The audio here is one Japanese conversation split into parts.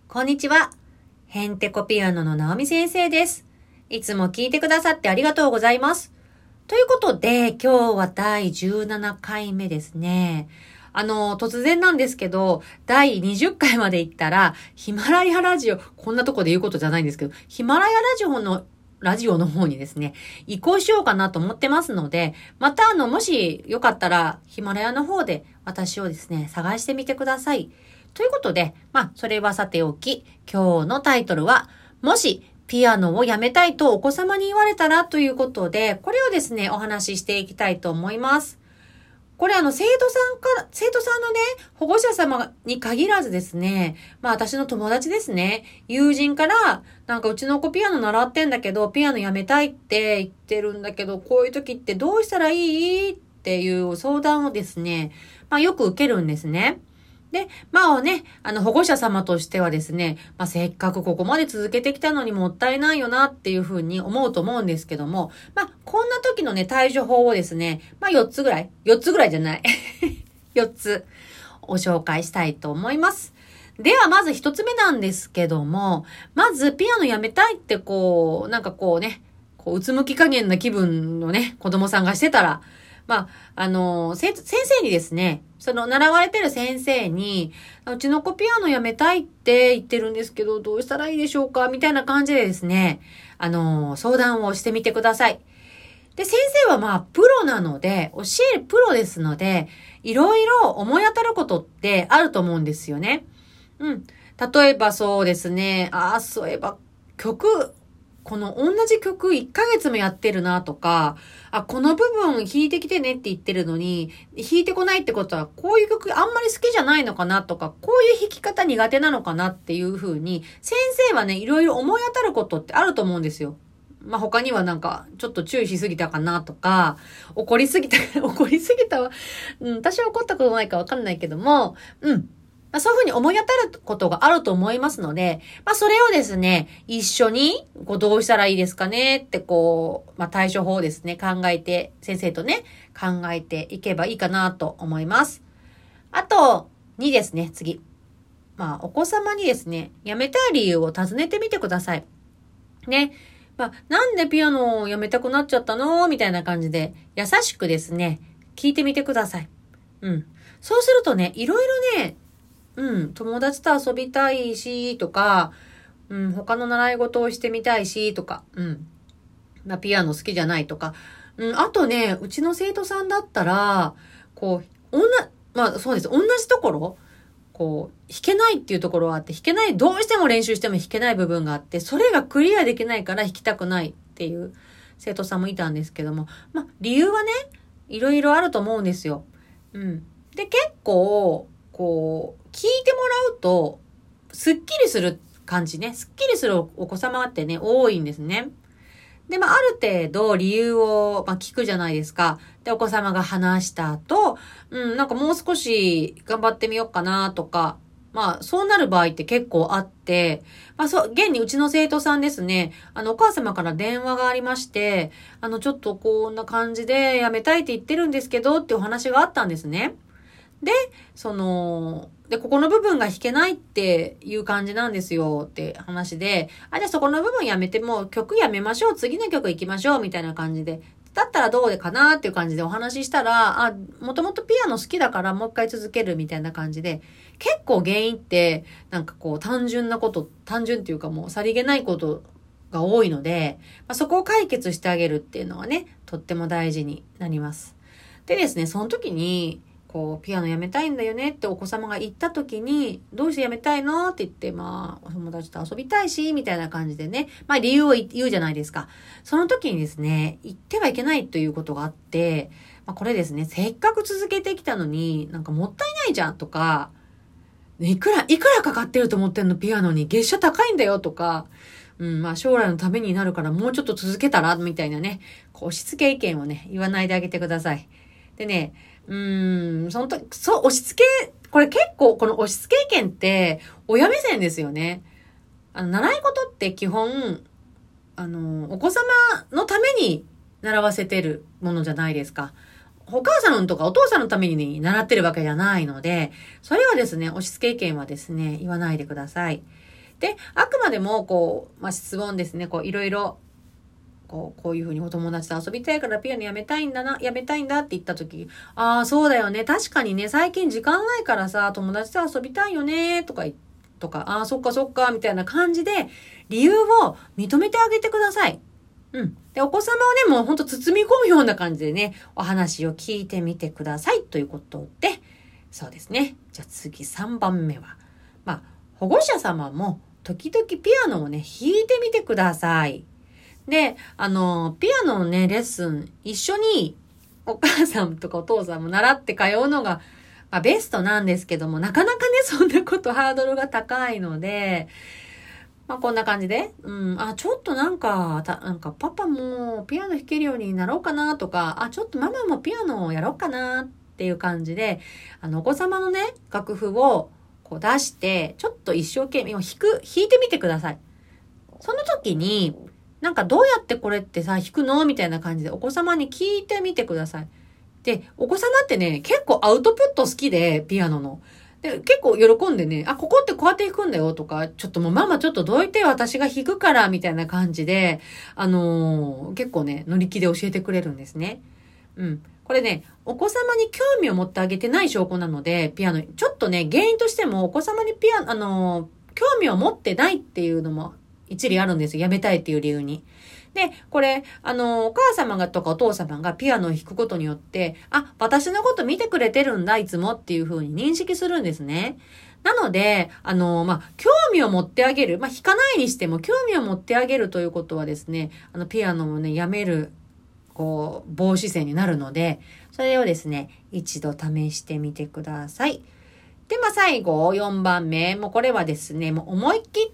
こんにちは。ヘンテコピアノの直美先生です。いつも聞いてくださってありがとうございます。ということで、今日は第17回目ですね。突然なんですけど、第20回まで行ったら、ヒマラヤラジオ、こんなとこで言うことじゃないんですけど、ヒマラヤラジオの方にですね、移行しようかなと思ってますので、またもしよかったら、ヒマラヤの方で私をですね、探してみてください。ということで、それはさておき、今日のタイトルは、もし、ピアノをやめたいとお子様に言われたらということで、これをですね、お話ししていきたいと思います。これ生徒さんのね、保護者様に限らずですね、私の友達ですね、友人から、うちの子ピアノ習ってんだけど、ピアノやめたいって言ってるんだけど、こういう時ってどうしたらいいっていう相談をですね、よく受けるんですね。で、保護者様としてはですね、せっかくここまで続けてきたのにもったいないよなっていうふうに思うと思うんですけども、こんな時のね、対処法をですね、4つぐらいじゃない。4つお紹介したいと思います。では、まず1つ目なんですけども、まずピアノやめたいってうつむき加減な気分のね、子供さんがしてたら、先生にですね、習われてる先生に、うちの子ピアノやめたいって言ってるんですけど、どうしたらいいでしょうかみたいな感じでですね、相談をしてみてください。で、先生はプロなので、教えるプロですので、いろいろ思い当たることってあると思うんですよね。例えばそうですね、そういえばこの同じ曲1ヶ月もやってるなとか、この部分弾いてきてねって言ってるのに、弾いてこないってことは、こういう曲あんまり好きじゃないのかなとか、こういう弾き方苦手なのかなっていう風に、先生はね、いろいろ思い当たることってあると思うんですよ。他にはちょっと注意しすぎたかなとか、怒りすぎたは、私は怒ったことないかわかんないけども、そういうふうに思い当たることがあると思いますので、それをですね、一緒に、どうしたらいいですかねって対処法をですね、先生とね、考えていけばいいかなと思います。あと、2ですね、次。お子様にですね、やめたい理由を尋ねてみてください。ね。なんでピアノをやめたくなっちゃったのみたいな感じで、優しくですね、聞いてみてください。そうするとね、いろいろね、友達と遊びたいし、とか、他の習い事をしてみたいし、とか、ピアノ好きじゃないとか、あとね、うちの生徒さんだったら、そうです、同じところ、弾けないっていうところはあって、どうしても練習しても弾けない部分があって、それがクリアできないから弾きたくないっていう生徒さんもいたんですけども、理由はね、いろいろあると思うんですよ。で、結構、聞いてもらうと、すっきりする感じね。すっきりするお子様ってね、多いんですね。で、ある程度理由を、聞くじゃないですか。で、お子様が話した後、もう少し頑張ってみようかなとか、そうなる場合って結構あって、現にうちの生徒さんですね、お母様から電話がありまして、ちょっとこんな感じでやめたいって言ってるんですけど、ってお話があったんですね。で、ここの部分が弾けないっていう感じなんですよって話で、じゃあそこの部分やめてもう曲やめましょう、次の曲行きましょうみたいな感じで、だったらどうでかなっていう感じでお話ししたら、もともとピアノ好きだからもう一回続けるみたいな感じで、結構原因って単純っていうかもうさりげないことが多いので、そこを解決してあげるっていうのはね、とっても大事になります。でですね、その時に、ピアノやめたいんだよねってお子様が言った時に、どうしてやめたいのって言って、お友達と遊びたいし、みたいな感じでね、理由を言うじゃないですか。その時にですね、言ってはいけないということがあって、これですね、せっかく続けてきたのに、もったいないじゃんとか、いくらかかってると思ってんのピアノに、月謝高いんだよとか、将来のためになるからもうちょっと続けたらみたいなね、押し付け意見をね、言わないであげてください。でね、押し付け、これ結構、この押し付け意見って、親目線ですよね。習い事って基本、お子様のために習わせてるものじゃないですか。お母さんとかお父さんのために習ってるわけじゃないので、それはですね、押し付け意見はですね、言わないでください。 で、あくまでも、質問ですね、いろいろ、こういうふうにお友達と遊びたいからピアノやめたいんだって言った時、ああ、そうだよね。確かにね、最近時間ないからさ、友達と遊びたいよね、とか、ああ、そっか、みたいな感じで、理由を認めてあげてください。で、お子様をね、もうほんと包み込むような感じでね、お話を聞いてみてください。ということで、そうですね。じゃあ次3番目は、保護者様も時々ピアノをね、弾いてみてください。で、ピアノのね、レッスン、一緒にお母さんとかお父さんも習って通うのが、ベストなんですけども、なかなかね、そんなことハードルが高いので、こんな感じで、ちょっとなんかパパもピアノ弾けるようになろうかなとか、ちょっとママもピアノをやろうかなっていう感じで、お子様のね、楽譜を出して、ちょっと一生懸命弾いてみてください。その時に、どうやってこれってさ、弾くのみたいな感じでお子様に聞いてみてください。で、お子様ってね、結構アウトプット好きで、ピアノの。で、結構喜んでね、ここってこうやって弾くんだよとか、ちょっともうママちょっとどいて私が弾くからみたいな感じで、結構ね、乗り気で教えてくれるんですね。これね、お子様に興味を持ってあげてない証拠なので、ピアノ、ちょっとね、原因としてもお子様に興味を持ってないっていうのも一理あるんですよ。やめたいっていう理由に。で、これ、お母様がとかお父様がピアノを弾くことによって、私のこと見てくれてるんだ、いつもっていう風に認識するんですね。なので、興味を持ってあげる。弾かないにしても興味を持ってあげるということはですね、ピアノをね、やめる、防止線になるので、それをですね、一度試してみてください。で、最後、4番目。もうこれはですね、もう思い切って、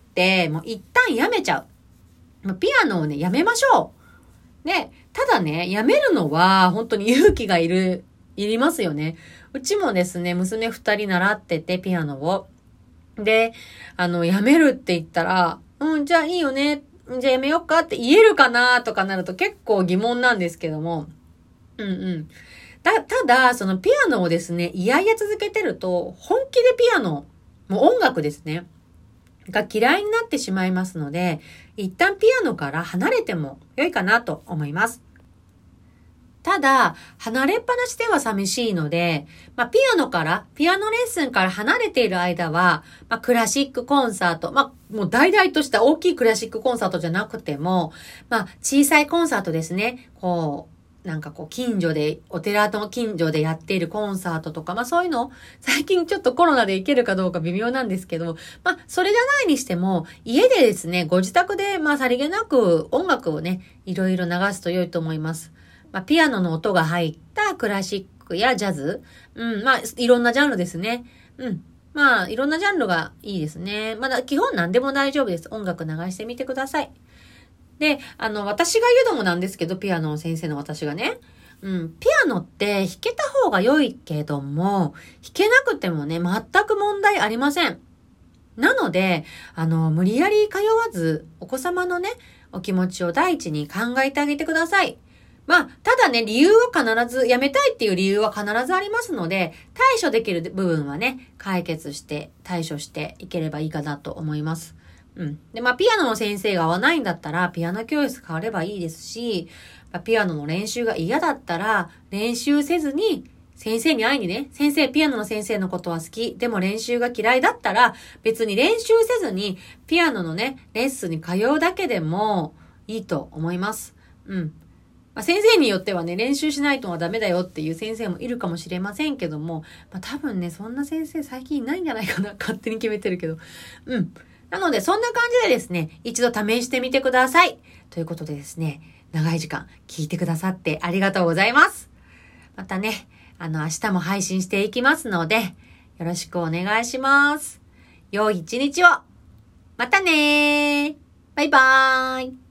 もう一旦やめちゃう。ピアノをね、やめましょう。で、ただね、やめるのは本当に勇気がいりますよね。うちもですね、娘2人習ってて、ピアノを。で、やめるって言ったら、じゃあいいよね。じゃあやめようかって言えるかなとかなると結構疑問なんですけども。ただ、そのピアノをですね、いやいや続けてると、本気でピアノ、もう音楽ですね。が嫌いになってしまいますので、一旦ピアノから離れても良いかなと思います。ただ、離れっぱなしでは寂しいので、ピアノレッスンから離れている間は、クラシックコンサート、もう大々とした大きいクラシックコンサートじゃなくても、小さいコンサートですね、近所で、お寺の近所でやっているコンサートとか、そういうの、最近ちょっとコロナで行けるかどうか微妙なんですけど、それじゃないにしても、家でですね、ご自宅で、さりげなく音楽をね、いろいろ流すと良いと思います。ピアノの音が入ったクラシックやジャズ、いろんなジャンルですね。いろんなジャンルがいいですね。基本何でも大丈夫です。音楽流してみてください。で、私が言うのもなんですけど、ピアノの先生の私がね、ピアノって弾けた方が良いけども、弾けなくてもね、全く問題ありません。なので、無理やり通わず、お子様のね、お気持ちを第一に考えてあげてください。ただね、理由は必ず、やめたいっていう理由は必ずありますので、対処できる部分はね、解決して、対処していければいいかなと思います。で、ピアノの先生が合わないんだったら、ピアノ教室変わればいいですし、ピアノの練習が嫌だったら、練習せずに、先生に会いにね、ピアノの先生のことは好き、でも練習が嫌いだったら、別に練習せずに、ピアノのね、レッスンに通うだけでもいいと思います。先生によってはね、練習しないとはダメだよっていう先生もいるかもしれませんけども、多分ね、そんな先生最近いないんじゃないかな。勝手に決めてるけど。なので、そんな感じでですね、一度試してみてください。ということでですね、長い時間聞いてくださってありがとうございます。またね、明日も配信していきますので、よろしくお願いします。良い一日を。またねー。バイバーイ。